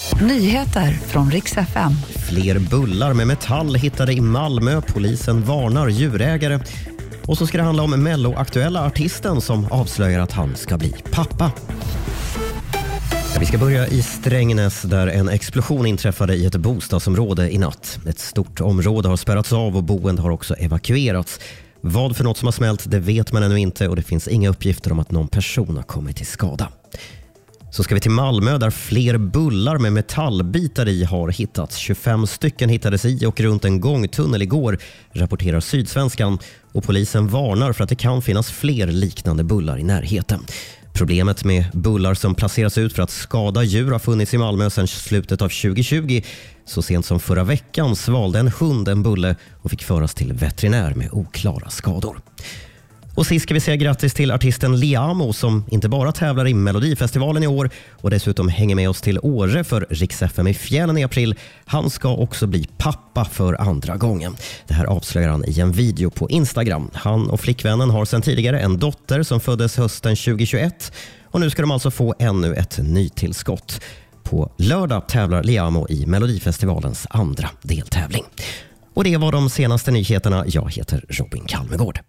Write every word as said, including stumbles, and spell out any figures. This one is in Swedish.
Nyheter från Rix F M. Fler bullar med metall hittade i Malmö. Polisen varnar djurägare. Och så ska det handla om Mello-aktuella artisten som avslöjar att han ska bli pappa. Vi ska börja i Strängnäs där en explosion inträffade i ett bostadsområde i natt. Ett stort område har spärrats av och boende har också evakuerats. Vad för något som har smält, det vet man ännu inte och det finns inga uppgifter om att någon person har kommit till skada. Så ska vi till Malmö där fler bullar med metallbitar i har hittats. tjugofem stycken hittades i och runt en gångtunnel igår, rapporterar Sydsvenskan. Och polisen varnar för att det kan finnas fler liknande bullar i närheten. Problemet med bullar som placeras ut för att skada djur har funnits i Malmö sedan slutet av tjugo tjugo. Så sent som förra veckan svalde en hund en bulle och fick föras till veterinär med oklara skador. Och sist ska vi säga grattis till artisten Liamo som inte bara tävlar i Melodifestivalen i år och dessutom hänger med oss till Åre för Rix F M i fjällen i april. Han ska också bli pappa för andra gången. Det här avslöjar han i en video på Instagram. Han och flickvännen har sedan tidigare en dotter som föddes hösten tjugo tjugoett och nu ska de alltså få ännu ett nytillskott. På lördag tävlar Liamo i Melodifestivalens andra deltävling. Och det var de senaste nyheterna. Jag heter Robin Kalmegård.